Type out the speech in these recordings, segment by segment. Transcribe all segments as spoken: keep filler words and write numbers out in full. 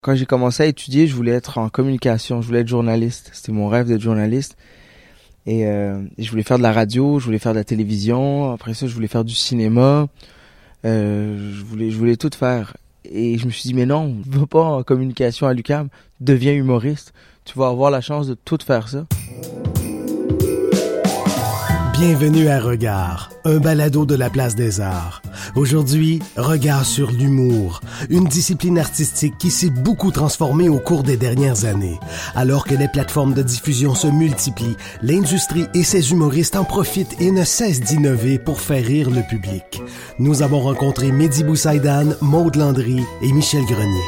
Quand j'ai commencé à étudier, je voulais être en communication, je voulais être journaliste. C'était mon rêve d'être journaliste. Et euh, je voulais faire de la radio, je voulais faire de la télévision. Après ça, je voulais faire du cinéma. Euh, je voulais, je voulais tout faire. Et je me suis dit, mais non, va pas en communication à l'U Q A M, deviens humoriste. Tu vas avoir la chance de tout faire ça. Bienvenue à Regard, un balado de la Place des Arts. Aujourd'hui, regard sur l'humour, une discipline artistique qui s'est beaucoup transformée au cours des dernières années. Alors que les plateformes de diffusion se multiplient, l'industrie et ses humoristes en profitent et ne cessent d'innover pour faire rire le public. Nous avons rencontré Mehdi Boussaïdan, Maud Landry et Michel Grenier.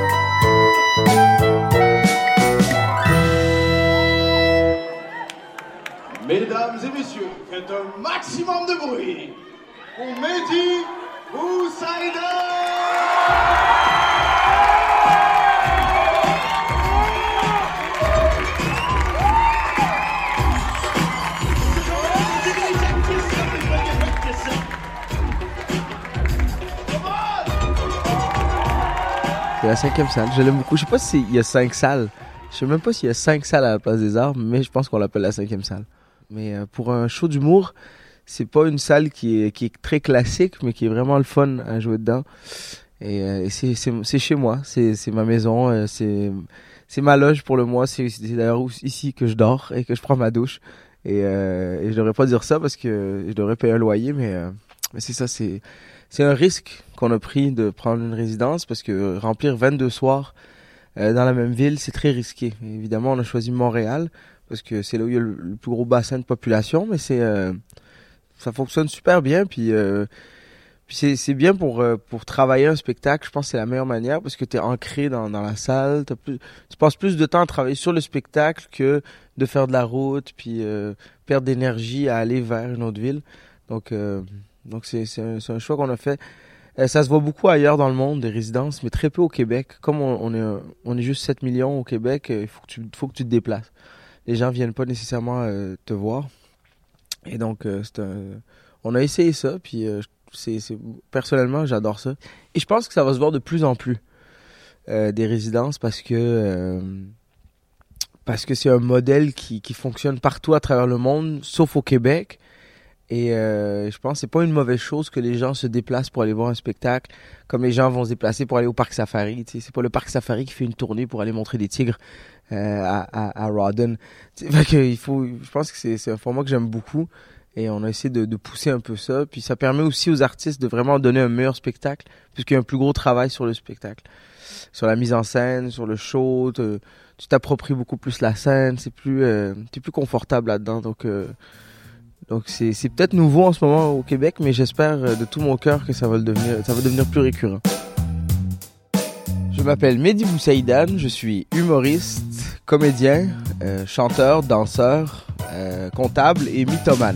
Mesdames et messieurs, faites un maximum de bruit pour Mehdi Boussaïdan! C'est la cinquième salle. Je l'aime beaucoup. Je sais pas s'il y a cinq salles. Je sais même pas s'il y a cinq salles à la Place des Arts, mais je pense qu'on l'appelle la cinquième salle. Mais euh, pour un show d'humour, c'est pas une salle qui est, qui est très classique, mais qui est vraiment le fun à jouer dedans. Et, euh, et c'est, c'est, c'est chez moi, c'est, c'est ma maison, euh, c'est, c'est ma loge pour le mois. C'est, c'est d'ailleurs ici que je dors et que je prends ma douche. Et, euh, et je devrais pas dire ça parce que je devrais payer un loyer, mais, euh, mais c'est ça, c'est, c'est un risque qu'on a pris de prendre une résidence parce que remplir vingt-deux soirs euh, dans la même ville, c'est très risqué. Et évidemment, on a choisi Montréal parce que c'est là où il y a le, le plus gros bassin de population, mais c'est euh, ça fonctionne super bien, puis, euh, puis c'est, c'est bien pour, euh, pour travailler un spectacle. Je pense que c'est la meilleure manière parce que tu es ancré dans, dans la salle, t'as plus, tu passes plus de temps à travailler sur le spectacle que de faire de la route, puis euh, perdre d'énergie à aller vers une autre ville. Donc, euh, donc c'est, c'est, un, c'est un choix qu'on a fait. Euh, ça se voit beaucoup ailleurs dans le monde, des résidences, mais très peu au Québec. Comme on, on, est, on est juste sept millions au Québec, il faut que tu, faut que tu te déplaces. Les gens viennent pas nécessairement euh, te voir. Et donc, euh, c'est un... on a essayé ça, puis euh, c'est, c'est... personnellement, j'adore ça. Et je pense que ça va se voir de plus en plus, euh, des résidences, parce que euh, parce que c'est un modèle qui, qui fonctionne partout à travers le monde, sauf au Québec. Et euh, je pense que c'est pas une mauvaise chose que les gens se déplacent pour aller voir un spectacle, comme les gens vont se déplacer pour aller au parc safari. Tu sais, c'est pas le parc safari qui fait une tournée pour aller montrer des tigres euh, à, à, à Rawdon. Fait que il faut, je pense que c'est, c'est un format que j'aime beaucoup et on a essayé de, de pousser un peu ça. Puis ça permet aussi aux artistes de vraiment donner un meilleur spectacle, puisqu'il y a un plus gros travail sur le spectacle, sur la mise en scène, sur le show. Te, tu t'appropries beaucoup plus la scène, c'est plus, euh, t'es plus confortable là-dedans. Donc euh, Donc c'est, c'est peut-être nouveau en ce moment au Québec, mais j'espère de tout mon cœur que ça va le devenir, ça va devenir plus récurrent. Je m'appelle Mehdi Boussaïdan, je suis humoriste, comédien, euh, chanteur, danseur, euh, comptable et mythomane.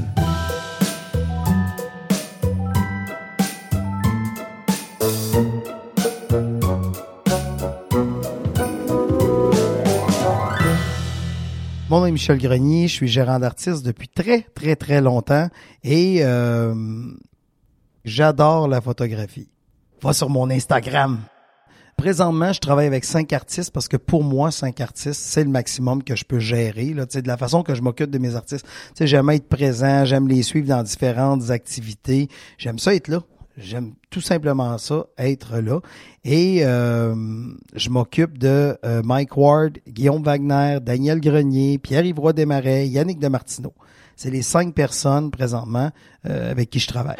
Mon nom est Michel Grenier, je suis gérant d'artistes depuis très, très, très longtemps et euh, j'adore la photographie. Va sur mon Instagram. Présentement, je travaille avec cinq artistes parce que pour moi, cinq artistes, c'est le maximum que je peux gérer. Là, de la façon que je m'occupe de mes artistes, j'aime être présent, j'aime les suivre dans différentes activités. J'aime ça être là. J'aime tout simplement ça, être là. Et euh, je m'occupe de euh, Mike Ward, Guillaume Wagner, Daniel Grenier, Pierre-Yves Roy Desmarais, Yannick Demartino. C'est les cinq personnes présentement euh, avec qui je travaille.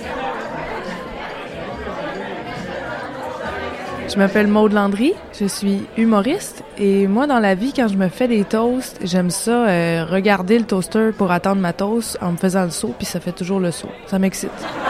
Je m'appelle Maud Landry, je suis humoriste et moi dans la vie quand je me fais des toasts, j'aime ça euh, regarder le toaster pour attendre ma toast en me faisant le saut puis ça fait toujours le saut. Ça m'excite.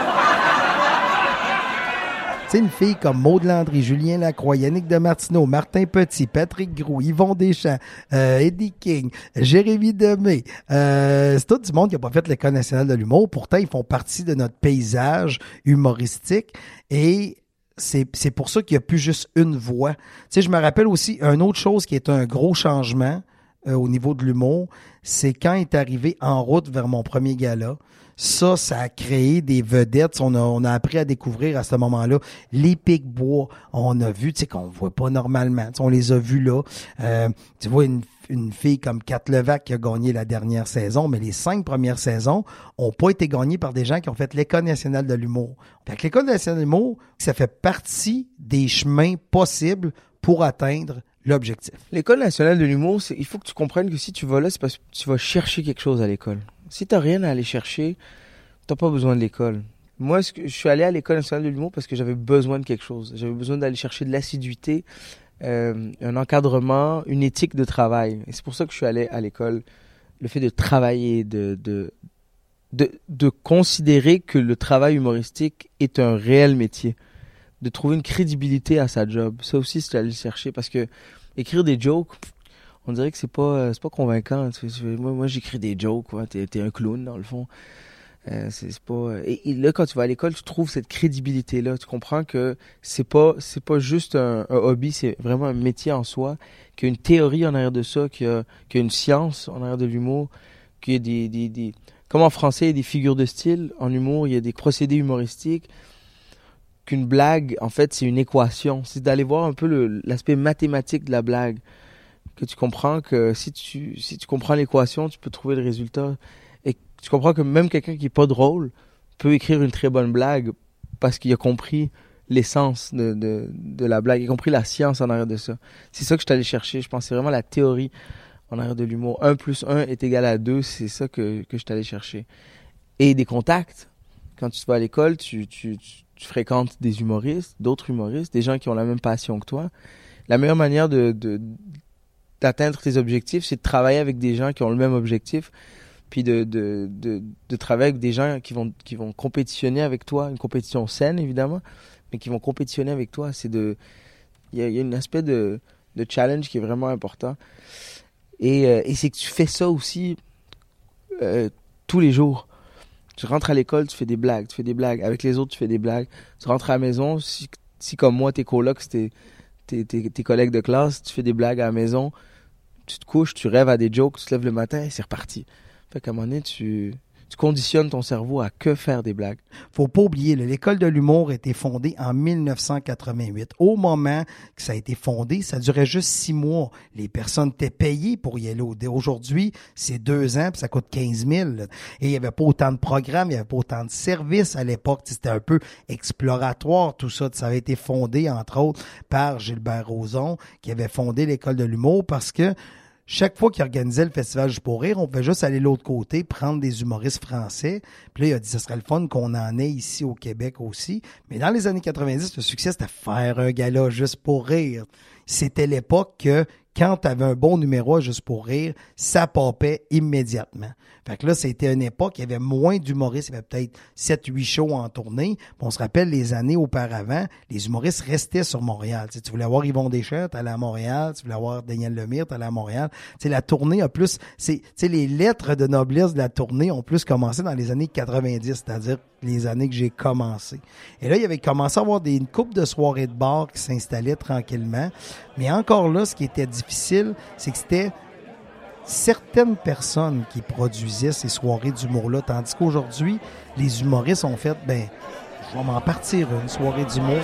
Tu sais, une fille comme Maud Landry, Julien Lacroix, Yannick Demartino, Martin Petit, Patrick Groux, Yvon Deschamps, euh, Eddie King, Jérémy Demé, euh, c'est tout du monde qui n'a pas fait l'École nationale de l'humour. Pourtant, ils font partie de notre paysage humoristique et c'est, c'est pour ça qu'il n'y a plus juste une voix. Tu sais, je me rappelle aussi une autre chose qui est un gros changement euh, au niveau de l'humour, c'est quand il est arrivé En route vers mon premier gala. Ça, ça a créé des vedettes. On a, on a appris à découvrir à ce moment-là les Pic-Bois. On a vu, tu sais, qu'on voit pas normalement. T'sais, on les a vus là. Euh, tu vois une, une fille comme Kat Levac qui a gagné la dernière saison, mais les cinq premières saisons ont pas été gagnées par des gens qui ont fait l'École nationale de l'humour. Fait que l'École nationale de l'humour, ça fait partie des chemins possibles pour atteindre l'objectif. L'École nationale de l'humour, c'est, il faut que tu comprennes que si tu vas là, c'est parce que tu vas chercher quelque chose à l'école. Si t'as rien à aller chercher, t'as pas besoin de l'école. Moi, ce que, je suis allé à l'École nationale de l'humour parce que j'avais besoin de quelque chose. J'avais besoin d'aller chercher de l'assiduité, euh, un encadrement, une éthique de travail. Et c'est pour ça que je suis allé à l'école. Le fait de travailler, de, de, de, de considérer que le travail humoristique est un réel métier. De trouver une crédibilité à sa job. Ça aussi, c'est d'aller le chercher parce que écrire des jokes, on dirait que c'est pas, c'est pas convaincant. Moi, moi, j'écris des jokes, quoi. T'es, t'es un clown, dans le fond. Euh, c'est, c'est pas... Et, et là, quand tu vas à l'école, tu trouves cette crédibilité-là. Tu comprends que c'est pas, c'est pas juste un, un hobby, c'est vraiment un métier en soi, qu'il y a une théorie en arrière de ça, qu'il y a, qu'il y a une science en arrière de l'humour, qu'il y a des, des, des... Comme en français, il y a des figures de style. En humour, il y a des procédés humoristiques. Qu'une blague, en fait, c'est une équation. C'est d'aller voir un peu le, l'aspect mathématique de la blague. Que tu comprends que si tu, si tu comprends l'équation, tu peux trouver le résultat. Et tu comprends que même quelqu'un qui est pas drôle peut écrire une très bonne blague parce qu'il a compris l'essence de, de, de la blague, il a compris la science en arrière de ça. C'est ça que je suis allé chercher. Je pense que c'est vraiment la théorie en arrière de l'humour. un plus un est égal à deux, c'est ça que, que je suis allé chercher. Et des contacts. Quand tu vas à l'école, tu, tu, tu, tu fréquentes des humoristes, d'autres humoristes, des gens qui ont la même passion que toi. La meilleure manière de, de d'atteindre tes objectifs, c'est de travailler avec des gens qui ont le même objectif, puis de de de, de travailler avec des gens qui vont qui vont compétitionner avec toi, une compétition saine évidemment, mais qui vont compétitionner avec toi. C'est de il y a, y a un aspect de de challenge qui est vraiment important. Et euh, et c'est que tu fais ça aussi euh, tous les jours. Tu rentres à l'école, tu fais des blagues, tu fais des blagues. Avec les autres, tu fais des blagues. Tu rentres à la maison, si, si comme moi, tes colocs, tes, tes, tes, tes collègues de classe, tu fais des blagues à la maison, tu te couches, tu rêves à des jokes, tu te lèves le matin et c'est reparti. Fait qu'à un moment donné, tu, tu conditionnes ton cerveau à que faire des blagues. Faut pas oublier, l'École de l'humour a été fondée en dix-neuf cent quatre-vingt-huit. Au moment que ça a été fondé, ça durait juste six mois. Les personnes étaient payées pour y aller. Aujourd'hui, c'est deux ans puis ça coûte quinze mille. Et il y avait pas autant de programmes, il y avait pas autant de services à l'époque. C'était un peu exploratoire tout ça. Ça avait été fondé, entre autres, par Gilbert Rozon, qui avait fondé l'École de l'humour parce que chaque fois qu'il organisait le Festival Juste pour rire, on pouvait juste aller de l'autre côté, prendre des humoristes français. Puis là, il a dit, ce serait le fun qu'on en ait ici au Québec aussi. Mais dans les années quatre-vingt-dix, le succès, c'était faire un gala Juste pour rire. C'était l'époque que, quand tu avais un bon numéro à Juste pour rire, ça popait immédiatement. Fait que là, c'était une époque, il y avait moins d'humoristes, il y avait peut-être sept huit shows en tournée. Puis on se rappelle, les années auparavant, les humoristes restaient sur Montréal. Tu sais, tu voulais voir Yvon Deschamps, t'allais à Montréal. Tu voulais voir Daniel Lemire, t'allais à Montréal. Tu sais, la tournée a plus... c'est, tu sais, les lettres de noblesse de la tournée ont plus commencé dans les années quatre-vingt-dix, c'est-à-dire les années que j'ai commencé. Et là, il y avait commencé à avoir des, une couple de soirées de bar qui s'installaient tranquillement. Mais encore là, ce qui était difficile, c'est que c'était certaines personnes qui produisaient ces soirées d'humour-là, tandis qu'aujourd'hui, les humoristes ont fait, ben, je vais m'en partir une soirée d'humour.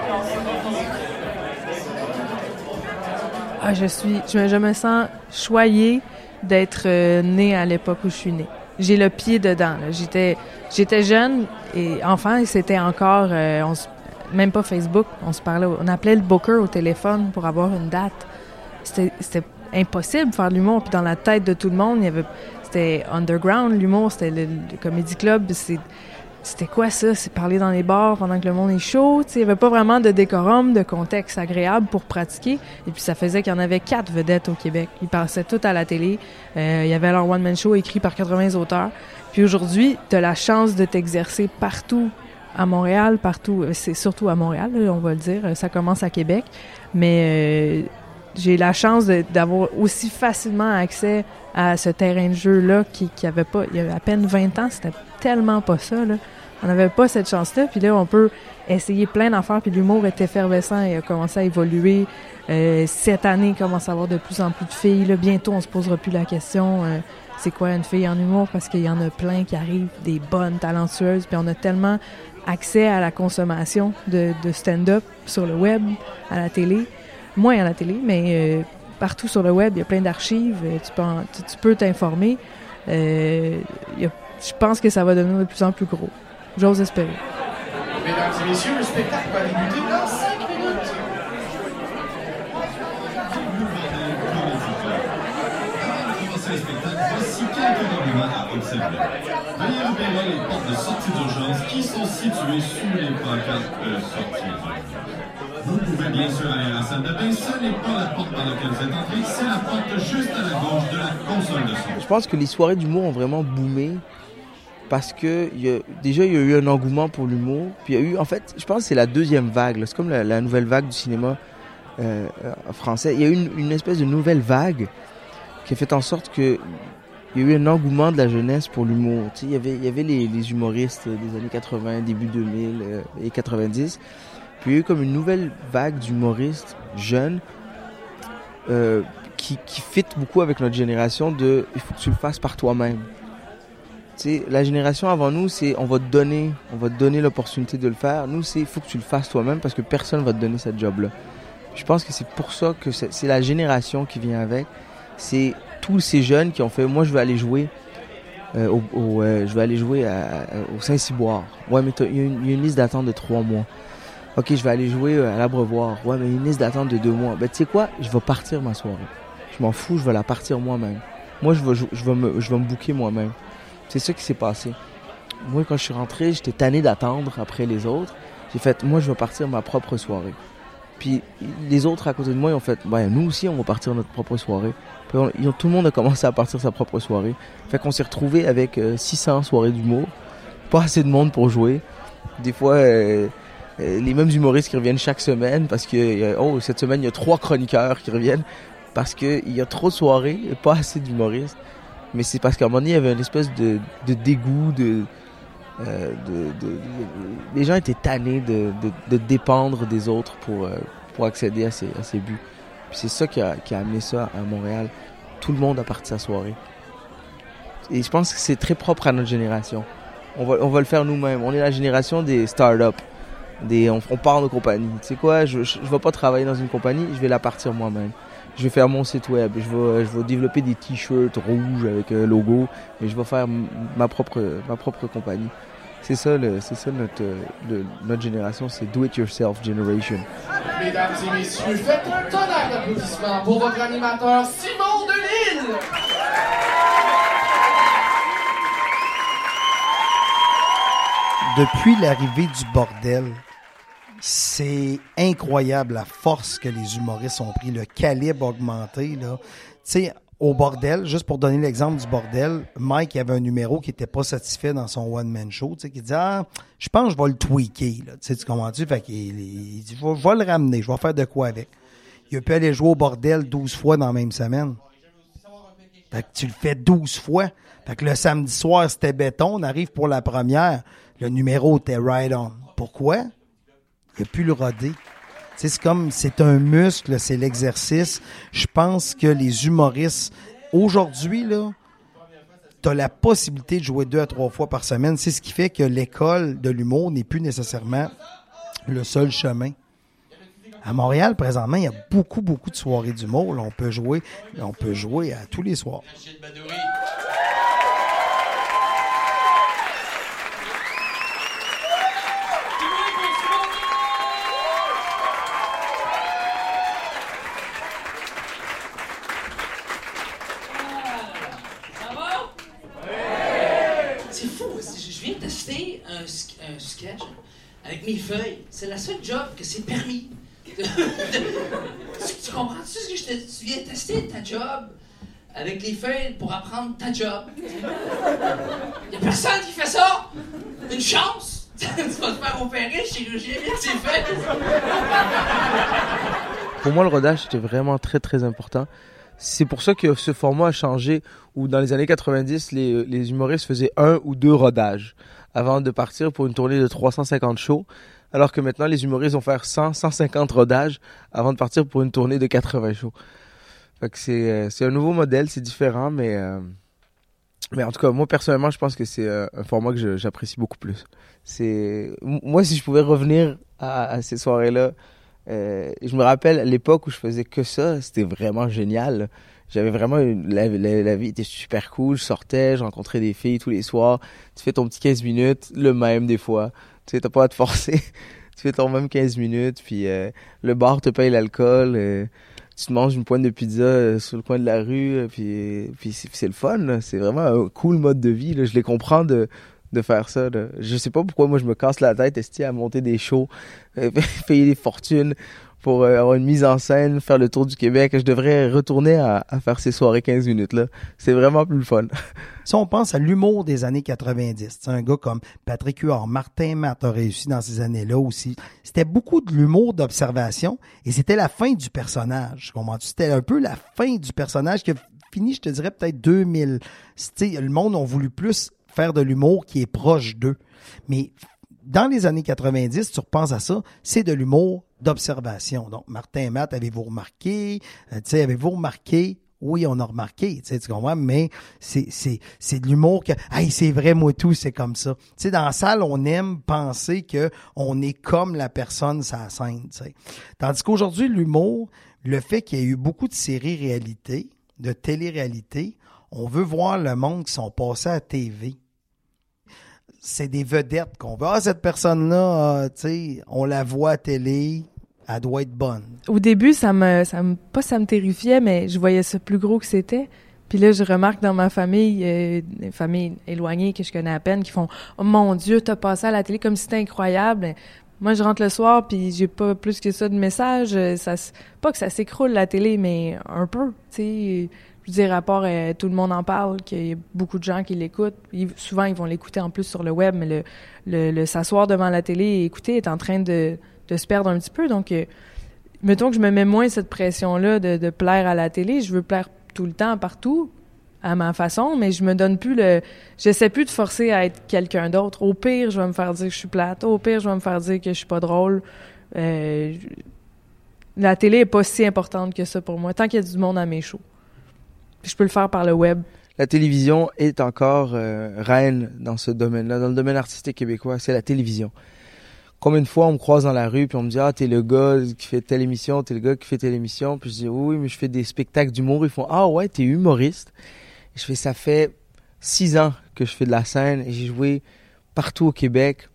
Ah, je suis, je, je me sens choyée d'être euh, née à l'époque où je suis née. J'ai le pied dedans. Là. J'étais, j'étais jeune et enfant et c'était encore, euh, on se, même pas Facebook, on se parlait, on appelait le booker au téléphone pour avoir une date. C'était, c'était impossible de faire de l'humour. Puis dans la tête de tout le monde, il y avait, c'était underground, l'humour, c'était le, le comedy club. C'est, c'était quoi ça? C'est parler dans les bars pendant que le monde est chaud. T'sais, il n'y avait pas vraiment de décorum, de contexte agréable pour pratiquer. Et puis ça faisait qu'il y en avait quatre vedettes au Québec. Ils passaient tout à la télé. Euh, il y avait leur one-man show écrit par quatre-vingts auteurs. Puis aujourd'hui, tu as la chance de t'exercer partout à Montréal, partout. C'est surtout à Montréal, là, on va le dire. Ça commence à Québec. Mais... Euh, j'ai la chance de, d'avoir aussi facilement accès à ce terrain de jeu-là qui, qui avait pas... Il y a à peine vingt ans, c'était tellement pas ça, là. On n'avait pas cette chance-là. Puis là, on peut essayer plein d'affaires. Puis l'humour est effervescent et a commencé à évoluer. Euh, cette année, il commence à avoir de plus en plus de filles. Là, bientôt, on se posera plus la question euh, c'est quoi une fille en humour? Parce qu'il y en a plein qui arrivent, des bonnes, talentueuses. Puis on a tellement accès à la consommation de, de stand-up sur le web, à la télé. Moins à la télé, mais euh, partout sur le web, il y a plein d'archives. Tu peux, en, tu, tu peux t'informer. Euh, y a, je pense que ça va devenir de plus en plus gros. J'ose espérer. Mesdames et messieurs, le spectacle va débuter dans cinq minutes. Commencer le spectacle, voici quelques règlements à observer. Veuillez repérer les portes de sortie d'urgence qui sont situées sur les pancartes de sortie d'urgence. Vous pouvez bien sûr aller à la salle de bain, ce n'est pas la porte par laquelle vous êtes entré, c'est la porte juste à la gauche de la console de son. Je pense que les soirées d'humour ont vraiment boomé parce que y a, déjà, il y a eu un engouement pour l'humour. Puis il y a eu, en fait, je pense que c'est la deuxième vague. Là. C'est comme la, la nouvelle vague du cinéma euh, français. Il y a eu une, une espèce de nouvelle vague qui a fait en sorte que il y a eu un engouement de la jeunesse pour l'humour. Tu sais, il y avait, il y avait les, les humoristes des années quatre-vingts, début deux mille euh, et quatre-vingt-dix. Puis il y a eu comme une nouvelle vague d'humoristes jeunes euh, qui, qui fit beaucoup avec notre génération de « il faut que tu le fasses par toi-même ». Tu sais, la génération avant nous, c'est on va te donner, on va te donner l'opportunité de le faire. Nous, c'est il faut que tu le fasses toi-même parce que personne va te donner cette job-là. Je pense que c'est pour ça que c'est, c'est la génération qui vient avec. C'est tous ces jeunes qui ont fait « moi, je vais aller jouer euh, au, au euh, je vais aller jouer à, à, au Saint-Cyboire. Ouais, mais il y, y a une liste d'attente de trois mois. Ok, je vais aller jouer à l'Abreuvoir. Ouais, mais il y a une liste d'attente de deux mois. Ben, tu sais quoi? Je vais partir ma soirée. Je m'en fous, je vais la partir moi-même. Moi, je vais, je, je vais me, je vais me booker moi-même. » C'est ça qui s'est passé. Moi, quand je suis rentré, j'étais tanné d'attendre après les autres. J'ai fait, moi, je vais partir ma propre soirée. Puis les autres à côté de moi, ils ont fait, ben, nous aussi, on va partir notre propre soirée. Puis on, ils ont, tout le monde a commencé à partir sa propre soirée. Fait qu'on s'est retrouvés avec euh, six cents soirées d'humour. Pas assez de monde pour jouer. Des fois, euh, euh, les mêmes humoristes qui reviennent chaque semaine parce que, euh, oh, cette semaine, il y a trois chroniqueurs qui reviennent parce qu'il y a trop de soirées et pas assez d'humoristes. Mais c'est parce qu'à un moment donné, il y avait une espèce de, de dégoût, de, euh, de, de, de... Les gens étaient tannés de, de, de dépendre des autres pour, euh, pour accéder à ces, à ces buts. Puis c'est ça qui a, qui a amené ça à Montréal. Tout le monde a parti sa soirée. Et je pense que c'est très propre à notre génération. On va, on va le faire nous-mêmes. On est la génération des startups. Des, on, on part de compagnie. Tu sais quoi, je ne vais pas travailler dans une compagnie, je vais la partir moi-même. Je vais faire mon site web, je vais, je vais développer des t-shirts rouges avec un logo, mais je vais faire m- ma propre, ma propre compagnie. C'est ça, le, c'est ça notre, le, notre génération, c'est do-it-yourself generation. Mesdames et messieurs, faites un tonnerre d'applaudissements pour votre animateur Simon Delille! Depuis l'arrivée du bordel, c'est incroyable la force que les humoristes ont pris, le calibre augmenté, là. Tu sais, au bordel, juste pour donner l'exemple du bordel, Mike avait un numéro qui était pas satisfait dans son one-man show, tu sais, qui disait, ah, je pense que je vais le tweaker, là. Tu sais, tu comprends-tu? Fait qu'il il dit, je vais, je vais le ramener, je vais faire de quoi avec. Il a pu aller jouer au bordel douze fois dans la même semaine. Fait que tu le fais douze fois. Fait que le samedi soir, c'était béton, on arrive pour la première, le numéro était right on. Pourquoi? Il a pu le roder. C'est comme, c'est un muscle, c'est l'exercice. Je pense que les humoristes, aujourd'hui, là, t'as la possibilité de jouer deux à trois fois par semaine. C'est ce qui fait que l'école de l'humour n'est plus nécessairement le seul chemin. À Montréal, présentement, il y a beaucoup, beaucoup de soirées d'humour. Là, on peut jouer, on peut jouer à tous les soirs. Un, un sketch avec mes feuilles. C'est la seule job que c'est permis. tu, tu comprends-tu ce que je te, tu viens tester ta job avec les feuilles pour apprendre ta job? Il y a personne qui fait ça! Une chance! Tu vas te faire opérer, chirurgien, vite tes feuilles! Pour moi, le rodage, c'était vraiment très, très important. c'est pour ça que ce format a changé, où dans les années quatre-vingt-dix, les, les humoristes faisaient un ou deux rodages avant de partir pour une tournée de trois cent cinquante shows, alors que maintenant, les humoristes vont faire cent, cent cinquante rodages avant de partir pour une tournée de quatre-vingts shows. Fait que c'est, euh, c'est un nouveau modèle, c'est différent, mais, euh, mais en tout cas, moi, personnellement, je pense que c'est euh, un format que je, j'apprécie beaucoup plus. C'est, moi, si je pouvais revenir à, à ces soirées-là, euh, je me rappelle à l'époque où je faisais que ça, c'était vraiment génial. J'avais vraiment une, la, la, la vie était super cool, je sortais, je rencontrais des filles tous les soirs. Tu fais ton petit quinze minutes, le même des fois. Tu sais, t'as pas à te forcer. Tu fais ton même quinze minutes, puis euh, le bar te paye l'alcool. Euh, tu te manges une pointe de pizza euh, sur le coin de la rue, euh, puis, puis c'est, c'est le fun. Là. C'est vraiment un cool mode de vie. Là. Je les comprends de, de faire ça. Là. Je sais pas pourquoi moi je me casse la tête esti, à monter des shows, euh, payer des fortunes pour euh, avoir une mise en scène, faire le tour du Québec. Je devrais retourner à, à faire ces soirées quinze minutes là. C'est vraiment plus le fun. Si on pense à l'humour des années quatre-vingt-dix, un gars comme Patrick Huard, Martin Matt a réussi dans ces années-là aussi. C'était beaucoup de l'humour d'observation et c'était la fin du personnage. Comprends-tu? C'était un peu la fin du personnage qui a fini, je te dirais, peut-être deux mille. C'était, le monde a voulu plus faire de l'humour qui est proche d'eux. Mais dans les années quatre-vingt-dix, tu repenses à ça, c'est de l'humour d'observation. Donc, Martin et Matt, avez-vous remarqué? Euh, tu sais, avez-vous remarqué? Oui, on a remarqué, tu sais, tu comprends? Mais c'est, c'est, c'est de l'humour que, hey, c'est vrai, moi tout, c'est comme ça. Tu sais, dans la salle, on aime penser que on est comme la personne sur la scène, tu sais. Tandis qu'aujourd'hui, l'humour, le fait qu'il y ait eu beaucoup de séries réalité, de télé-réalité, on veut voir le monde qui sont passés à la T V. C'est des vedettes qu'on veut. Ah, cette personne-là, euh, tu sais, on la voit à télé, elle doit être bonne. Au début, ça me, ça me, pas ça me terrifiait, mais je voyais ça plus gros que c'était. Puis là, je remarque dans ma famille, euh, des familles éloignées que je connais à peine, qui font « Oh mon Dieu, t'as passé à la télé comme si c'était incroyable. » Moi, je rentre le soir, puis j'ai pas plus que ça de messages. Ça, pas que ça s'écroule, la télé, mais un peu, tu sais. Je veux dire, rapport à tout le monde en parle, qu'il y a beaucoup de gens qui l'écoutent. Ils, souvent, ils vont l'écouter en plus sur le web, mais le, le, le s'asseoir devant la télé et écouter est en train de, de se perdre un petit peu. Donc, euh, mettons que je me mets moins cette pression-là de, de plaire à la télé. Je veux plaire tout le temps, partout, à ma façon, mais je me donne plus le... J'essaie plus de forcer à être quelqu'un d'autre. Au pire, je vais me faire dire que je suis plate. Au pire, je vais me faire dire que je suis pas drôle. Euh, la télé est pas si importante que ça pour moi, tant qu'il y a du monde à mes shows. Puis je peux le faire par le web. La télévision est encore euh, reine dans ce domaine-là, dans le domaine artistique québécois, c'est la télévision. Combien de fois on me croise dans la rue puis on me dit « Ah, t'es le gars qui fait telle émission, t'es le gars qui fait telle émission. » Puis je dis « Oui, mais je fais des spectacles d'humour. » Ils font « Ah ouais, t'es humoriste. » Et je fais « Ça fait six ans que je fais de la scène et j'ai joué partout au Québec.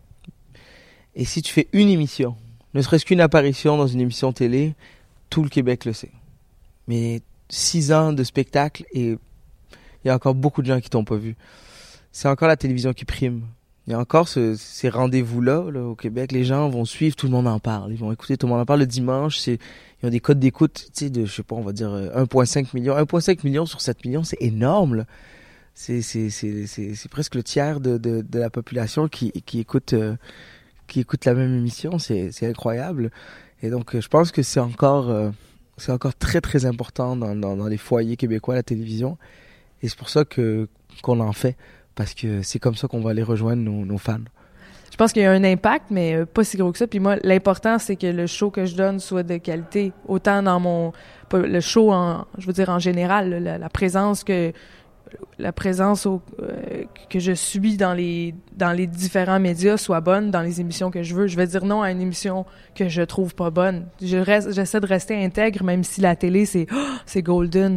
Et si tu fais une émission, ne serait-ce qu'une apparition dans une émission télé, tout le Québec le sait. Mais six ans de spectacle et il y a encore beaucoup de gens qui t'ont pas vu. C'est encore la télévision qui prime. Il y a encore ce, ces rendez-vous-là là, au Québec. Les gens vont suivre, tout le monde en parle. Ils vont écouter, tout le monde en parle le dimanche. C'est, ils ont des codes d'écoute, tu sais, de, je sais pas, on va dire un virgule cinq million. un virgule cinq million sur sept millions, c'est énorme. Là. C'est, c'est, c'est, c'est, c'est presque le tiers de, de, de la population qui, qui écoute, euh, qui écoute la même émission. C'est, c'est incroyable. Et donc, je pense que c'est encore... Euh, C'est encore très, très important dans, dans, dans les foyers québécois, la télévision. Et c'est pour ça que, qu'on en fait. Parce que c'est comme ça qu'on va aller rejoindre nos, nos fans. Je pense qu'il y a un impact, mais pas si gros que ça. Puis moi, l'important, c'est que le show que je donne soit de qualité. Autant dans mon... Le show, en, je veux dire, en général, la, la présence que... la présence au, euh, que je subis dans les dans les différents médias soit bonne dans les émissions que je veux. Je vais dire non à une émission que je trouve pas bonne. Je reste, j'essaie de rester intègre, même si la télé, c'est oh, c'est golden.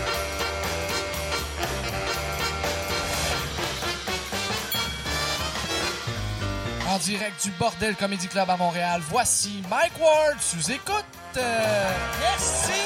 En direct du Bordel Comedy Club à Montréal, voici Mike Ward sous écoute. Euh, merci.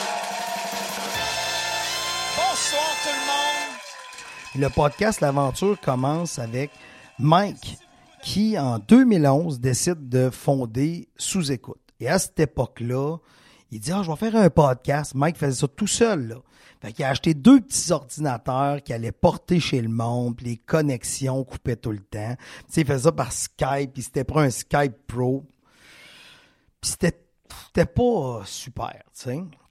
Bonsoir tout le monde! Le podcast L'Aventure commence avec Mike qui, en deux mille onze, décide de fonder Sous-Écoute. Et à cette époque-là, il dit « Ah, je vais faire un podcast. » Mike faisait ça tout seul, là. Fait qu'il a acheté deux petits ordinateurs qu'il allait porter chez le monde, puis les connexions coupaient tout le temps. Tu sais, il faisait ça par Skype, puis c'était pour un Skype Pro. Puis c'était, c'était pas super, tu sais.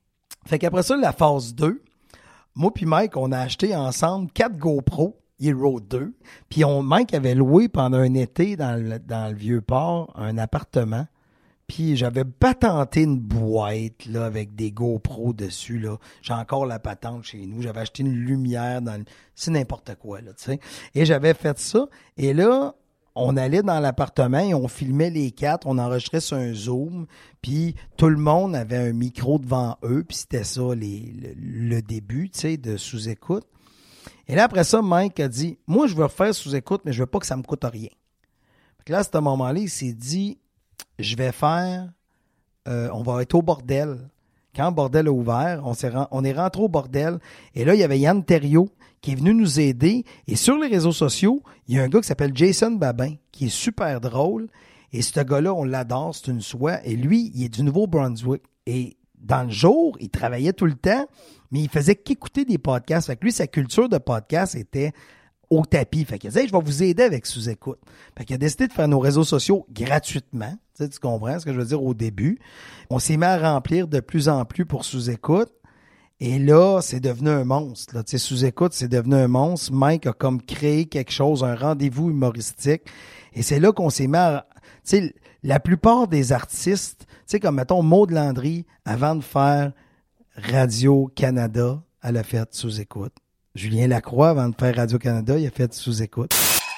Fait qu'après ça, la phase deux, moi puis Mike, on a acheté ensemble quatre GoPro Hero deux. Puis on, Mike avait loué pendant un été dans le, dans le Vieux-Port un appartement. Puis j'avais patenté une boîte là avec des GoPro dessus. Là. J'ai encore la patente chez nous. J'avais acheté une lumière dans le... C'est n'importe quoi, là, tu sais. Et j'avais fait ça. Et là, on allait dans l'appartement et on filmait les quatre. On enregistrait sur un Zoom. Puis tout le monde avait un micro devant eux. Puis c'était ça, les, le, le début, tu sais, de sous-écoute. Et là, après ça, Mike a dit, « Moi, je veux faire sous-écoute, mais je veux pas que ça me coûte rien. » Fait que là, à ce moment-là, il s'est dit... Je vais faire, euh, on va être au bordel. Quand le bordel a ouvert, on, s'est, on est rentré au bordel. Et là, il y avait Yann Terriot qui est venu nous aider. Et sur les réseaux sociaux, il y a un gars qui s'appelle Jason Babin, qui est super drôle. Et ce gars-là, on l'adore, c'est une soie. Et lui, il est du Nouveau-Brunswick. Et dans le jour, il travaillait tout le temps, mais il faisait qu'écouter des podcasts. Fait que lui, sa culture de podcast était... au tapis. Fait qu'il a dit, hey, je vais vous aider avec sous-écoute. Fait qu'il a décidé de faire nos réseaux sociaux gratuitement. Tu sais, tu comprends ce que je veux dire au début. On s'est mis à remplir de plus en plus pour sous-écoute. Et là, c'est devenu un monstre. Là. Tu sais, sous-écoute, c'est devenu un monstre. Mike a comme créé quelque chose, un rendez-vous humoristique. Et c'est là qu'on s'est mis à... Tu sais, la plupart des artistes, tu sais, comme mettons Maud Landry, avant de faire Radio-Canada, elle a fait sous-écoute. Julien Lacroix, avant de faire Radio-Canada, il a fait sous-écoute.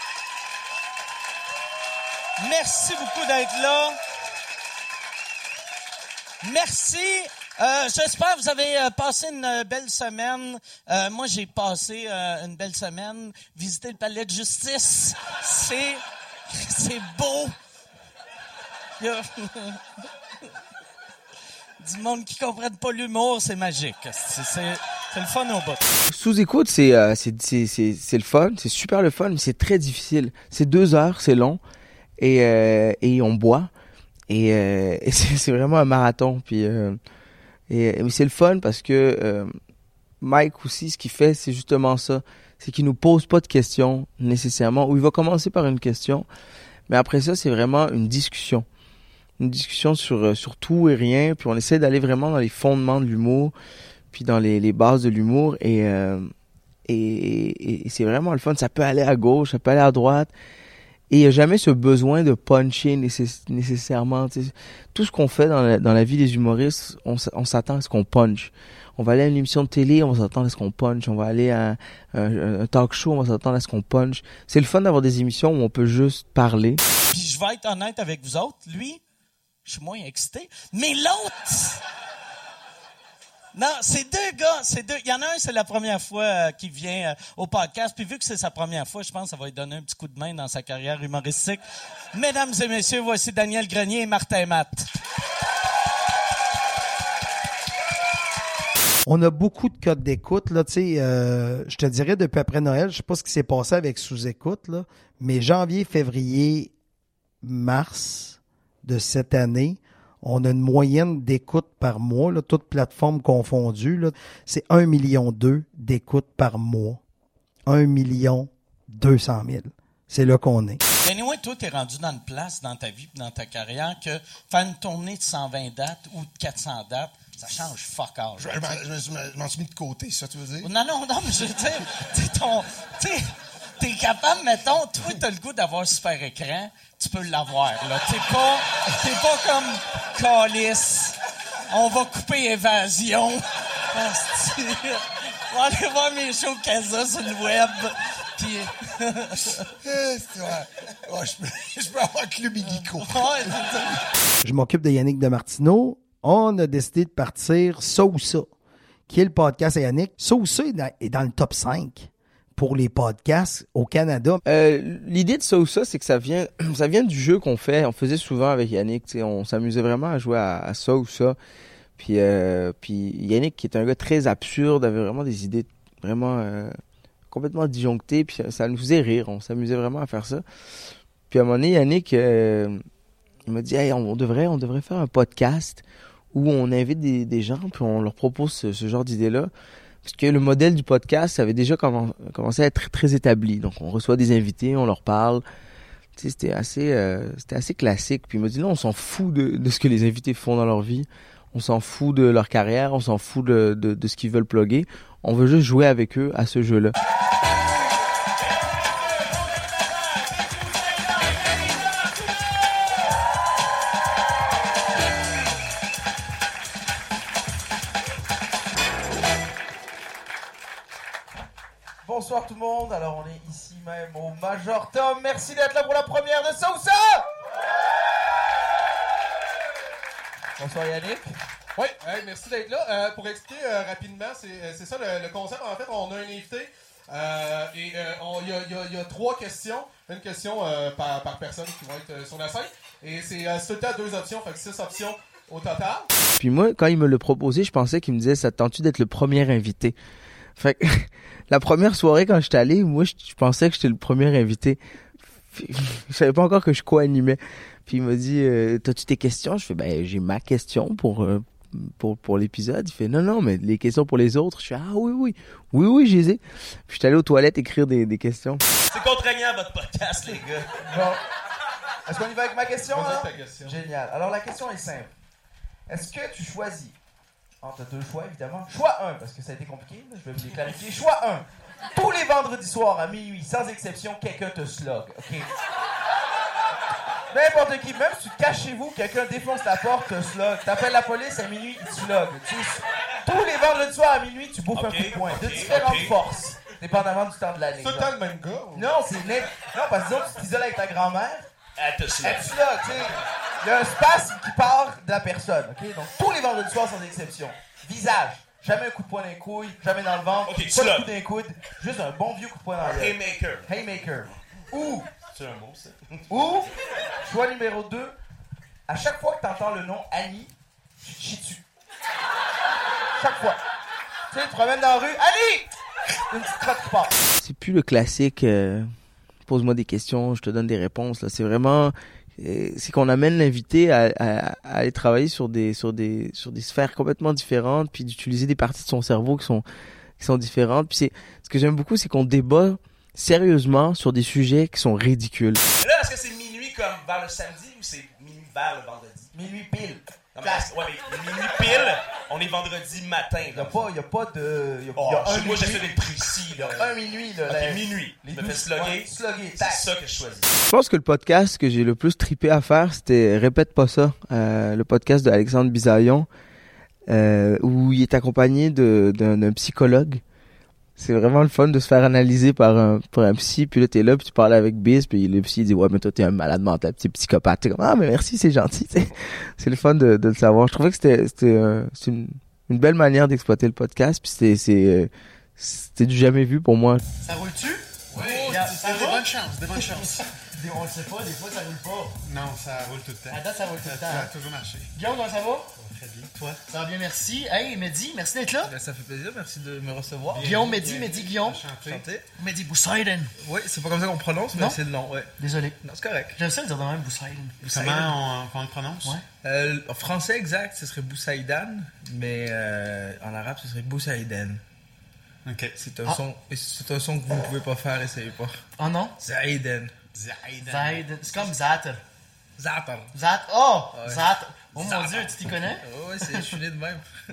Merci beaucoup d'être là. Merci. Euh, j'espère que vous avez euh, passé une euh, belle semaine. Euh, moi, j'ai passé euh, une belle semaine. Visiter le palais de justice, c'est, c'est beau. Il y a... du monde qui ne comprenne pas l'humour, c'est magique. C'est, c'est, c'est le fun au bout. Sous-écoute, c'est, euh, c'est, c'est, c'est, c'est le fun, c'est super le fun, mais c'est très difficile. C'est deux heures, c'est long, et, euh, et on boit, et, euh, et c'est, c'est vraiment un marathon. Puis, euh, et, mais c'est le fun parce que euh, Mike aussi, ce qu'il fait, c'est justement ça. C'est qu'il nous pose pas de questions nécessairement, ou il va commencer par une question, mais après ça, c'est vraiment une discussion. Une discussion sur, sur tout et rien, puis on essaie d'aller vraiment dans les fondements de l'humour, puis dans les, les bases de l'humour, et, euh, et, et, et c'est vraiment le fun. Ça peut aller à gauche, ça peut aller à droite, et il n'y a jamais ce besoin de puncher nécess- nécessairement. T'sais. Tout ce qu'on fait dans la, dans la vie des humoristes, on, on s'attend à ce qu'on punch. On va aller à une émission de télé, on va s'attendre à ce qu'on punch. On va aller à un, un talk show, on va s'attendre à ce qu'on punch. C'est le fun d'avoir des émissions où on peut juste parler. Puis je vais être honnête avec vous autres, lui... Je suis moins excité. Mais l'autre... Non, c'est deux gars. C'est deux. Il y en a un, c'est la première fois euh, qu'il vient euh, au podcast. Puis vu que c'est sa première fois, je pense que ça va lui donner un petit coup de main dans sa carrière humoristique. Mesdames et messieurs, voici Daniel Grenier et Martin Matt. On a beaucoup de codes d'écoute, là, tu sais, euh, je te dirais depuis après Noël, je sais pas ce qui s'est passé avec sous-écoute, là, mais janvier, février, mars... de cette année, on a une moyenne d'écoute par mois, là, toutes plateformes confondues, là, c'est un million deux d'écoutes par mois. un million deux cent mille. C'est là qu'on est. Anyway, toi, t'es rendu dans une place dans ta vie, dans ta carrière, que faire une tournée de cent vingt dates ou de quatre cents dates, ça change fuck all. Je, je, je, je m'en suis mis de côté, ça, tu veux dire? Non, non, non, mais je veux dire, t'es ton... T'es, t'es capable, mettons, toi, t'as le goût d'avoir super écran, tu peux l'avoir, là. T'es pas, t'es pas comme Calice. On va couper Évasion. On va aller voir mes shows Casa sur le web. Puis... c'est vrai. Oh, je, peux, je peux avoir Club illico. Je m'occupe de Yannick Demartino. On a décidé de partir Ça ou Ça, qui est le podcast à Yannick. Ça ou Ça est dans, est dans le top cinq. Pour les podcasts au Canada. Euh, l'idée de Ça ou Ça, c'est que ça vient, ça vient du jeu qu'on fait. On faisait souvent avec Yannick. T'sais, on s'amusait vraiment à jouer à, à Ça ou Ça. Puis, euh, puis Yannick, qui est un gars très absurde, avait vraiment des idées vraiment euh, complètement disjonctées. Puis ça nous faisait rire. On s'amusait vraiment à faire ça. Puis à un moment donné, Yannick, euh, il m'a dit, hey, on devrait, on devrait faire un podcast où on invite des, des gens puis on leur propose ce, ce genre d'idées-là. Parce que le modèle du podcast, ça avait déjà commencé à être très établi. Donc, on reçoit des invités, on leur parle. Tu sais, c'était assez, euh, c'était assez classique. Puis il m'a dit, non, on s'en fout de, de ce que les invités font dans leur vie. On s'en fout de leur carrière, on s'en fout de, de, de ce qu'ils veulent plugger. On veut juste jouer avec eux à ce jeu-là. Bonsoir tout le monde, alors on est ici même au Major Tom. Merci d'être là pour la première de Sausa! Bonsoir Yannick. Oui, hey, merci d'être là. Euh, pour expliquer euh, rapidement, c'est, c'est ça le, le concept. En fait, on a un invité euh, et il euh, y, y, y a trois questions. Une question euh, par, par personne qui vont être euh, sur la scène. Et c'est, euh, c'est tout le temps deux options, fait que six options au total. Puis moi, quand il me l'a proposé, je pensais qu'il me disait « Ça te tente-tu d'être le premier invité? » Fait que la première soirée, quand j'étais allé, moi, je, je pensais que j'étais le premier invité. Puis, je savais pas encore que je co-animais. Puis il m'a dit euh, « T'as-tu tes questions? » Je fais « Ben, j'ai ma question pour, euh, pour, pour l'épisode. » Il fait « Non, non, mais les questions pour les autres. » Je fais « Ah oui, oui. Oui, oui, je les ai. » Puis j'étais allé aux toilettes écrire des, des questions. C'est contraignant, votre podcast, les gars. Bon. Est-ce qu'on y va avec ma question, alors? Ta question. Génial. Alors, la question est simple. Est-ce que tu choisis entre deux choix, évidemment. Choix un, parce que ça a été compliqué, là, je vais vous les clarifier. Choix un. Tous les vendredis soirs à minuit, sans exception, quelqu'un te slog, OK? N'importe qui, même si tu te caches chez vous, quelqu'un défonce ta porte, te slog. T'appelles la police à minuit, il te slog. Tu sais, tous les vendredis soirs à minuit, tu bouffes okay, un coup de poing. Okay, de différentes okay. forces, dépendamment du temps de l'année. Tout le temps le même gars? Ou... Non, c'est net. Non, parce que disons, tu t'isoles avec ta grand-mère. Elle te slog. Elle te slog, tu sais. Il y a un spasme qui part de la personne, OK? Donc, tous les vendredis soirs, sans exception. Visage. Jamais un coup de poing dans les couilles, jamais dans le ventre, okay, pas de coup d'un coude, juste un bon vieux coup de poing dans la gueule. Haymaker. Haymaker. Ou, c'est un mot, ça. Ou, choix numéro deux, à chaque fois que t'entends le nom Annie, tu te chies dessus. Chaque fois. Tu sais, tu te promènes dans la rue, Annie! Une petite crotte qui part. C'est plus le classique, euh, pose-moi des questions, je te donne des réponses, là. C'est vraiment... c'est qu'on amène l'invité à, à, à aller travailler sur des sur des sur des sphères complètement différentes, puis d'utiliser des parties de son cerveau qui sont qui sont différentes. Puis c'est ce que j'aime beaucoup, c'est qu'on débat sérieusement sur des sujets qui sont ridicules. Mais là, est-ce que c'est minuit comme vers le samedi ou c'est minuit vers le vendredi? Minuit pile. Non, mais, ouais, mais minuit pile, on est vendredi matin. Il n'y a pas, y a pas de... Y a, oh, y a un moi, minuit. j'essaie d'être précis. Il y a un minuit. Là, ok, la... minuit. Les je me fais slugger. slugger. C'est ça que je choisis. Je pense que le podcast que j'ai le plus trippé à faire, c'était Répète pas ça, euh, le podcast de Alexandre Bisaillon, euh, où il est accompagné de, d'un, d'un psychologue. C'est vraiment le fun de se faire analyser par un, par un psy, puis là, t'es là, puis tu parles avec Biz, puis le psy, il dit, ouais, mais toi, t'es un malade mental, t'es psychopathe. T'es comme, ah, mais merci, c'est gentil, t'sais. C'est le fun de, de le savoir. Je trouvais que c'était, c'était, euh, c'est une, une belle manière d'exploiter le podcast, puis c'était, c'est, euh, c'était du jamais vu pour moi. Ça roule-tu? Oui, yeah, ça des bonnes chances, des bonnes chances. On le sait pas, des fois, ça roule pas. Non, ça roule tout le temps. À date, ça roule tout le temps. Ça a hein. toujours marché. Guillaume, comment ça va? Très bien. Toi? Ça va bien, merci. Hey, Mehdi, merci d'être là. Ben, ça fait plaisir, merci de me recevoir. Bien, Guillaume, Mehdi, Mehdi, Guillaume. Enchanté. Mehdi Boussaiden. Oui, c'est pas comme ça qu'on prononce, mais non? c'est le nom, ouais. Désolé. Non, c'est correct. J'aime ça le dire de même, Boussaiden. Comment on, on le prononce? Ouais. Euh, en français exact, ce serait Boussaïdan, mais euh, en arabe, ce serait Boussaïden. Ok. C'est un, ah. son, c'est un son que vous ne pouvez pas faire, essayez pas. Ah oh non? Zaïden. Zaïden. Zaïden. C'est comme Zater. Zater. Zat. Oh! Ouais. Zater. Oh Zater. mon Dieu, tu t'y connais? Oh, ouais, c'est, je suis né de même.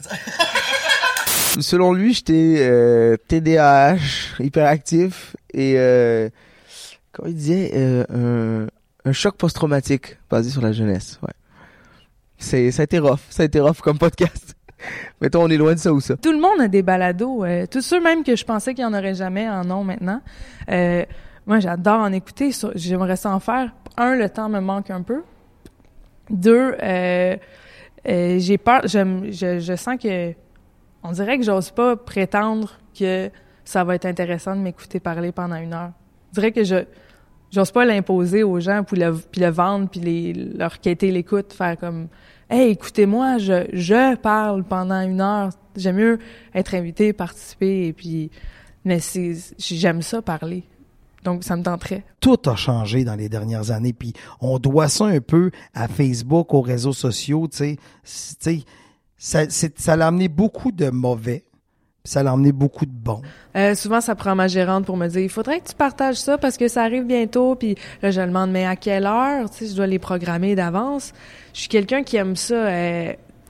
Selon lui, j'étais euh, T D A H, hyperactif, et euh, comment il disait, euh, un, un choc post-traumatique basé sur la jeunesse. Ouais. C'est, ça a été rough, ça a été rough comme podcast. Mettons, on est loin de ça ou ça. Tout le monde a des balados. Euh, tous ceux même que je pensais qu'il n'y en aurait jamais en ont maintenant. Euh, moi, j'adore en écouter. J'aimerais ça en faire. Un, le temps me manque un peu. Deux, euh, euh, j'ai peur. Je, je, je sens que... On dirait que j'ose pas prétendre que ça va être intéressant de m'écouter parler pendant une heure. Je dirais que je j'ose pas l'imposer aux gens, puis le, puis le vendre, puis les, leur quêter l'écoute, faire comme... Hey, écoutez-moi, je, je parle pendant une heure. J'aime mieux être invité, participer, et puis, mais c'est, j'aime ça parler. Donc, ça me tenterait. Tout a changé dans les dernières années, puis on doit ça un peu à Facebook, aux réseaux sociaux, tu sais. Tu sais, ça, c'est, ça l'a amené beaucoup de mauvais, puis ça l'a amené beaucoup de bons. Euh, souvent, ça prend ma gérante pour me dire, il faudrait que tu partages ça parce que ça arrive bientôt, puis là, je demande, mais à quelle heure? Tu sais, je dois les programmer d'avance. Je suis quelqu'un qui aime ça, euh,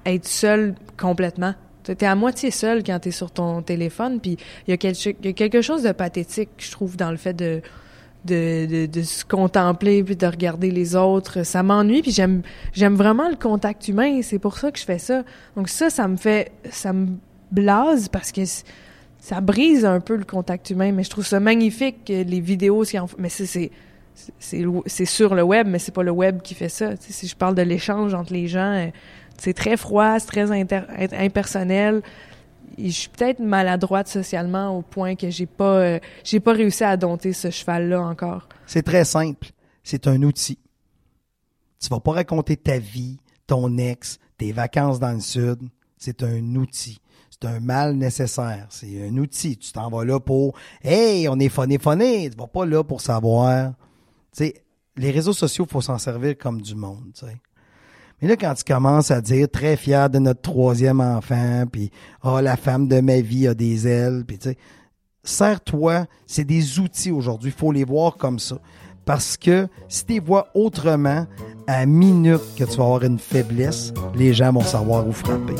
être seul complètement. T'es à moitié seul quand t'es sur ton téléphone, puis il y a quelque, y a quelque chose de pathétique, je trouve, dans le fait de de, de, de se contempler puis de regarder les autres. Ça m'ennuie, puis j'aime j'aime vraiment le contact humain, c'est pour ça que je fais ça. Donc ça, ça me fait... ça me blase parce que ça brise un peu le contact humain, mais je trouve ça magnifique, les vidéos, mais c'est, c'est, c'est, c'est sur le web, mais c'est pas le web qui fait ça. T'sais, si je parle de l'échange entre les gens, c'est très froid, c'est très inter, impersonnel. Et je suis peut-être maladroite socialement au point que j'ai pas, euh, j'ai pas réussi à dompter ce cheval-là encore. C'est très simple. C'est un outil. Tu vas pas raconter ta vie, ton ex, tes vacances dans le sud. C'est un outil. C'est un mal nécessaire. C'est un outil. Tu t'en vas là pour « Hey, on est phoné, phoné! » Tu vas pas là pour savoir. Tu sais, les réseaux sociaux, il faut s'en servir comme du monde, tu sais. Mais là, quand tu commences à dire « Très fier de notre troisième enfant », puis « Ah, oh, la femme de ma vie a des ailes », puis tu sais, sers-toi, c'est des outils aujourd'hui. Il faut les voir comme ça. Parce que si tu les vois autrement, à minute que tu vas avoir une faiblesse, les gens vont savoir où frapper.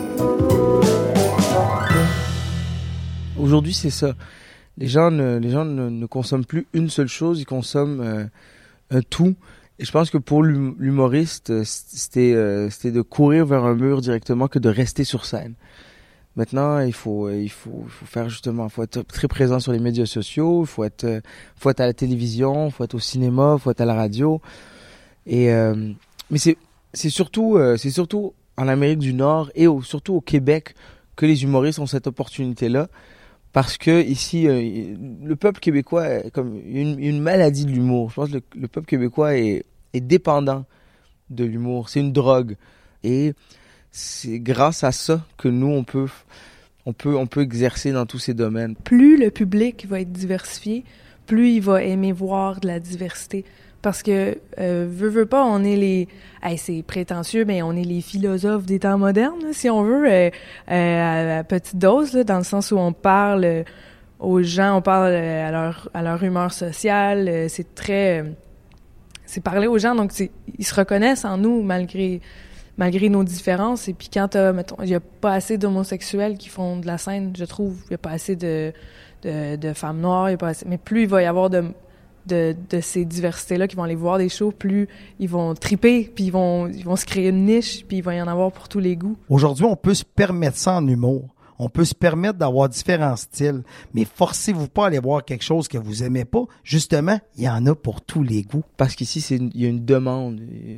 Aujourd'hui, c'est ça. Les gens ne, les gens ne, ne consomment plus une seule chose, ils consomment euh, un tout. Et je pense que pour l'humoriste, c'était, euh, c'était de courir vers un mur directement que de rester sur scène. Maintenant, il faut, il faut, il faut faire justement, il faut être très présent sur les médias sociaux, il faut être, euh, faut être à la télévision, il faut être au cinéma, il faut être à la radio. Et euh, mais c'est, c'est surtout, euh, c'est surtout en Amérique du Nord et au, surtout au Québec que les humoristes ont cette opportunité-là. Parce que ici, euh, le peuple québécois est comme une, une maladie de l'humour. Je pense que le, le peuple québécois est, est dépendant de l'humour. C'est une drogue. Et c'est grâce à ça que nous, on peut, on peut, on peut exercer dans tous ces domaines. Plus le public va être diversifié, plus il va aimer voir de la diversité. Parce que, euh, veut, veut pas, on est les... Hey, c'est prétentieux, mais on est les philosophes des temps modernes, là, si on veut, euh, euh, à petite dose, là, dans le sens où on parle euh, aux gens, on parle euh, à leur à leur humeur sociale, euh, c'est très... Euh, c'est parler aux gens, donc c'est, ils se reconnaissent en nous, malgré malgré nos différences. Et puis quand t'as, mettons, il y a pas assez d'homosexuels qui font de la scène, je trouve, il y a pas assez de, de, de femmes noires, il y a pas assez... Mais plus il va y avoir de... De, de ces diversités-là qui vont aller voir des shows, plus ils vont triper, puis ils vont, ils vont se créer une niche, puis il va y en avoir pour tous les goûts. Aujourd'hui, on peut se permettre ça en humour. On peut se permettre d'avoir différents styles, mais forcez-vous pas à aller voir quelque chose que vous aimez pas. Justement, il y en a pour tous les goûts. Parce qu'ici, c'est il y a une demande.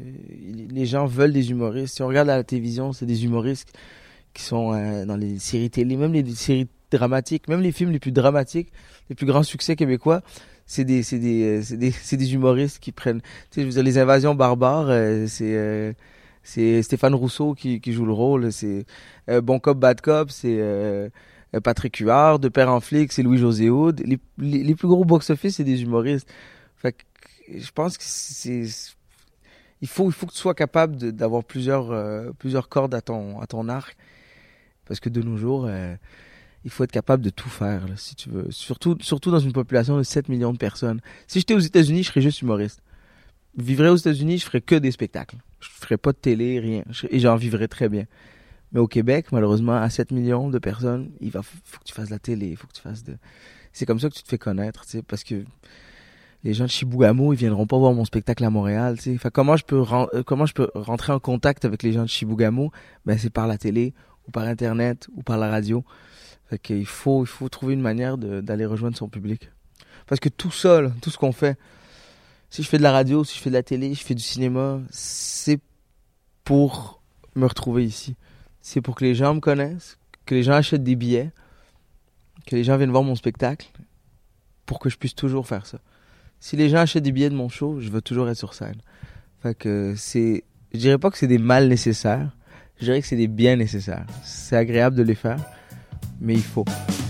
Les gens veulent des humoristes. Si on regarde à la télévision, c'est des humoristes qui sont euh, dans les séries télé, même les séries dramatiques, même les films les plus dramatiques, les plus grands succès québécois. C'est des, c'est des, c'est des, c'est des humoristes qui prennent, tu sais, je veux dire, les invasions barbares, euh, c'est, euh, c'est Stéphane Rousseau qui, qui joue le rôle, c'est euh, Bon Cop, Bad Cop, c'est euh, Patrick Huard, De Père en flic, c'est Louis-José Hood. Les, les, les plus gros box-office, c'est des humoristes. Fait que je pense que c'est, il faut, il faut que tu sois capable de, d'avoir plusieurs, euh, plusieurs cordes à ton, à ton arc, parce que de nos jours, euh, il faut être capable de tout faire, là, si tu veux. Surtout, surtout dans une population de sept millions de personnes. Si j'étais aux États-Unis, je serais juste humoriste. Je vivrais aux États-Unis, je ferais que des spectacles. Je ferais pas de télé, rien. Et j'en vivrais très bien. Mais au Québec, malheureusement, à sept millions de personnes, il va, faut que tu fasses de la télé, il faut que tu fasses de... C'est comme ça que tu te fais connaître, tu sais, parce que les gens de Chibougamau, ils viendront pas voir mon spectacle à Montréal, tu sais. Enfin, comment je peux, ren- comment je peux rentrer en contact avec les gens de Chibougamau? Ben, c'est par la télé, ou par Internet, ou par la radio. Fait qu'il faut, il faut trouver une manière de, d'aller rejoindre son public. Parce que tout seul, tout ce qu'on fait, si je fais de la radio, si je fais de la télé, je fais du cinéma, c'est pour me retrouver ici. C'est pour que les gens me connaissent, que les gens achètent des billets, que les gens viennent voir mon spectacle, pour que je puisse toujours faire ça. Si les gens achètent des billets de mon show, je veux toujours être sur scène. Fait que c'est, je dirais pas que c'est des mal nécessaires, je dirais que c'est des biens nécessaires. C'est agréable de les faire. Mais il faut.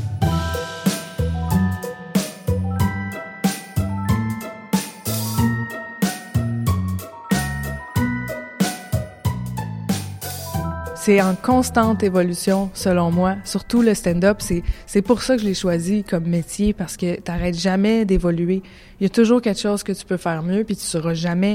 C'est en constante évolution, selon moi. Surtout le stand-up, c'est, c'est pour ça que je l'ai choisi comme métier, parce que t'arrêtes jamais d'évoluer. Il y a toujours quelque chose que tu peux faire mieux, puis tu sauras jamais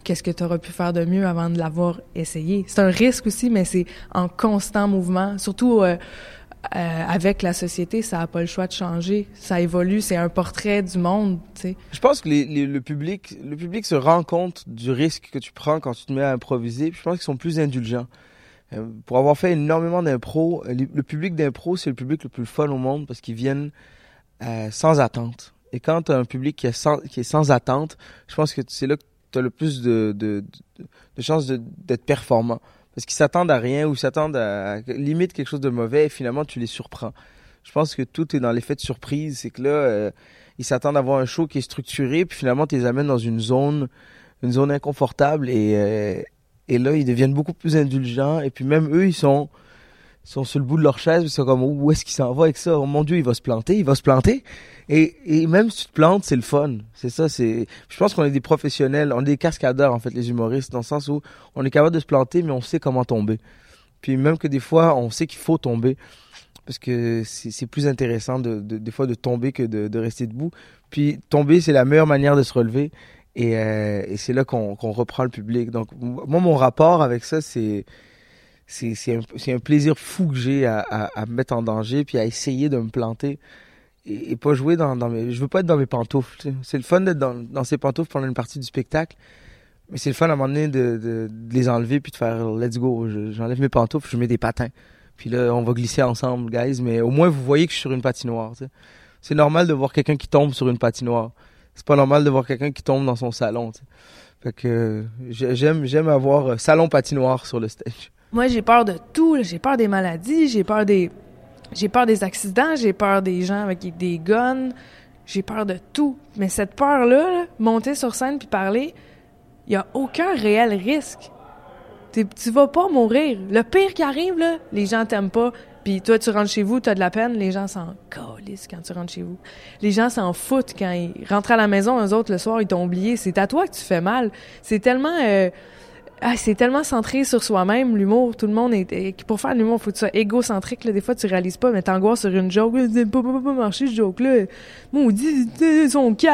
qu'est-ce que tu auras pu faire de mieux avant de l'avoir essayé. C'est un risque aussi, mais c'est en constant mouvement. Surtout euh, euh, avec la société, ça n'a pas le choix de changer. Ça évolue, c'est un portrait du monde, tu sais. Je pense que les, les, le public le public se rend compte du risque que tu prends quand tu te mets à improviser. Puis je pense qu'ils sont plus indulgents. Euh, pour avoir fait énormément d'impro, le public d'impro, c'est le public le plus fun au monde parce qu'ils viennent euh, sans attente. Et quand tu as un public qui est sans, qui est sans attente, je pense que c'est là que tu as le plus de, de, de, de chances de, d'être performant. Parce qu'ils s'attendent à rien ou s'attendent à, à limite quelque chose de mauvais et finalement tu les surprends. Je pense que tout est dans l'effet de surprise. C'est que là, euh, ils s'attendent à avoir un show qui est structuré puis finalement tu les amènes dans une zone, une zone inconfortable et, euh, et là ils deviennent beaucoup plus indulgents et puis même eux ils sont... Ils sont sur le bout de leur chaise, ils sont comme, où est-ce qu'il s'en va avec ça? Oh mon Dieu, il va se planter, il va se planter. Et, et même si tu te plantes, c'est le fun. C'est ça, c'est, je pense qu'on est des professionnels, on est des cascadeurs, en fait, les humoristes, dans le sens où on est capable de se planter, mais on sait comment tomber. Puis même que des fois, on sait qu'il faut tomber. Parce que c'est, c'est plus intéressant de, de, des fois de tomber que de, de rester debout. Puis tomber, c'est la meilleure manière de se relever. Et, euh, et c'est là qu'on, qu'on reprend le public. Donc, moi, mon rapport avec ça, c'est, C'est, c'est, un, c'est un plaisir fou que j'ai à, à, à me mettre en danger puis à essayer de me planter et, et pas jouer dans, dans mes... Je veux pas être dans mes pantoufles. Tu sais. C'est le fun d'être dans, dans ces pantoufles pendant une partie du spectacle, mais c'est le fun à un moment donné de, de, de les enlever puis de faire « let's go ». Je, j'enlève mes pantoufles, je mets des patins. Puis là, on va glisser ensemble, guys, mais au moins vous voyez que je suis sur une patinoire. Tu sais. C'est normal de voir quelqu'un qui tombe sur une patinoire. C'est pas normal de voir quelqu'un qui tombe dans son salon. Tu sais. Fait que j'aime, j'aime avoir salon patinoire sur le stage. Moi, j'ai peur de tout. J'ai peur des maladies, j'ai peur des j'ai peur des accidents, j'ai peur des gens avec des guns, j'ai peur de tout. Mais cette peur-là, là, monter sur scène puis parler, il y a aucun réel risque. T'es, tu vas pas mourir. Le pire qui arrive, là, les gens t'aiment pas, puis toi, tu rentres chez vous, t'as de la peine, les gens s'en calissent quand tu rentres chez vous. Les gens s'en foutent quand ils rentrent à la maison, eux autres, le soir, ils t'ont oublié. C'est à toi que tu fais mal. C'est tellement... Euh, Ah, c'est tellement centré sur soi-même, l'humour. Tout le monde est... Pour faire de l'humour, il faut que tu sois égocentrique. Là. Des fois, tu réalises pas, mais t'angoisses sur une joke. « Pas, pas, pas marcher, ce joke-là. Maudit, son cave. »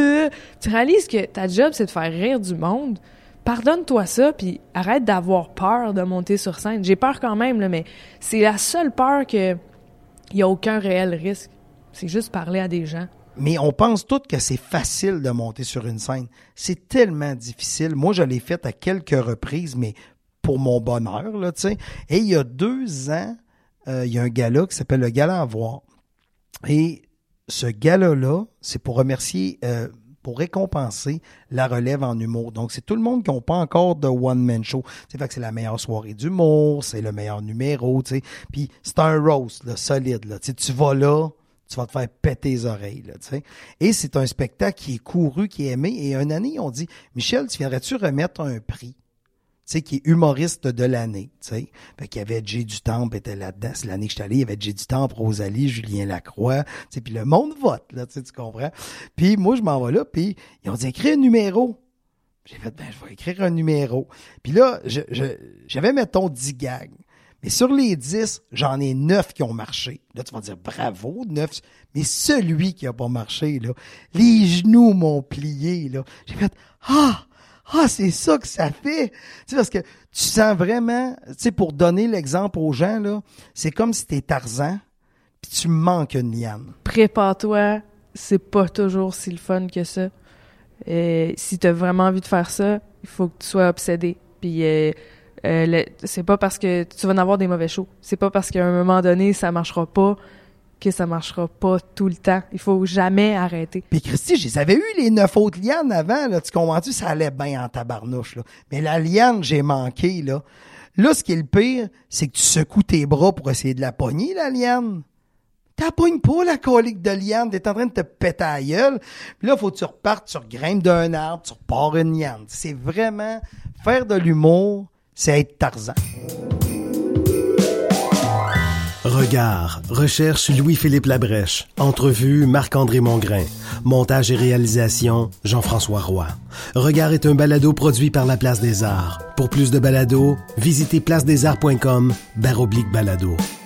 Tu réalises que ta job, c'est de faire rire du monde. Pardonne-toi ça, puis arrête d'avoir peur de monter sur scène. J'ai peur quand même, là, mais c'est la seule peur que il y a aucun réel risque. C'est juste parler à des gens. Mais on pense tous que c'est facile de monter sur une scène. C'est tellement difficile. Moi, je l'ai fait à quelques reprises, mais pour mon bonheur, là, tu sais. Et il y a deux ans, euh, il y a un gala qui s'appelle le Gala à voir. Et ce gala-là, c'est pour remercier, euh, pour récompenser la relève en humour. Donc, c'est tout le monde qui n'a pas encore de one-man show. C'est fait que c'est la meilleure soirée d'humour, c'est le meilleur numéro, tu sais. Puis c'est un roast, là, solide, là. Tu sais, tu vas là, tu vas te faire péter les oreilles, là, tu sais. Et c'est un spectacle qui est couru, qui est aimé. Et une année, ils ont dit, Michel, tu viendrais-tu remettre un prix, tu sais, qui est humoriste de l'année, tu sais. Fait qu'il y avait Jay du Temple, était là-dedans. C'est l'année que je suis allé, il y avait Jay du Temple, Rosalie, Julien Lacroix, tu sais. Puis le monde vote, là, tu sais, tu comprends. Puis moi, je m'en vais là, puis ils ont dit, écris un numéro. J'ai fait, ben, je vais écrire un numéro. Puis là, je, je, j'avais, mettons, dix gags. Mais sur les dix, j'en ai neuf qui ont marché. Là, tu vas dire bravo, neuf. Mais celui qui a pas marché, là, les genoux m'ont plié, là. J'ai fait, ah, ah, c'est ça que ça fait. Tu sais, parce que tu sens vraiment, tu sais, pour donner l'exemple aux gens, là, c'est comme si t'es Tarzan, puis tu manques une liane. Prépare-toi, c'est pas toujours si le fun que ça. Euh, si t'as vraiment envie de faire ça, il faut que tu sois obsédé. Puis, euh, Euh, le, c'est pas parce que tu vas en avoir des mauvais shows. C'est pas parce qu'à un moment donné, ça marchera pas que ça marchera pas tout le temps. Il faut jamais arrêter. Puis Christy, j'avais eu les neuf autres lianes avant, là, tu comprends-tu? Ça allait bien en tabarnouche, là. Mais la liane, j'ai manqué, là. Là, ce qui est le pire, c'est que tu secoues tes bras pour essayer de la pogner, la liane. T'as pognes pas la colique de liane, t'es en train de te péter à la gueule. Puis là, faut que tu repartes, tu regrimpes d'un arbre, tu repars une liane. C'est vraiment faire de l'humour, c'est être Tarzan. Regard, recherche Louis-Philippe Labrèche. Entrevue Marc-André Mongrain. Montage et réalisation Jean-François Roy. Regard est un balado produit par la Place des Arts. Pour plus de balados, visitez place des arts point com barre oblique balado.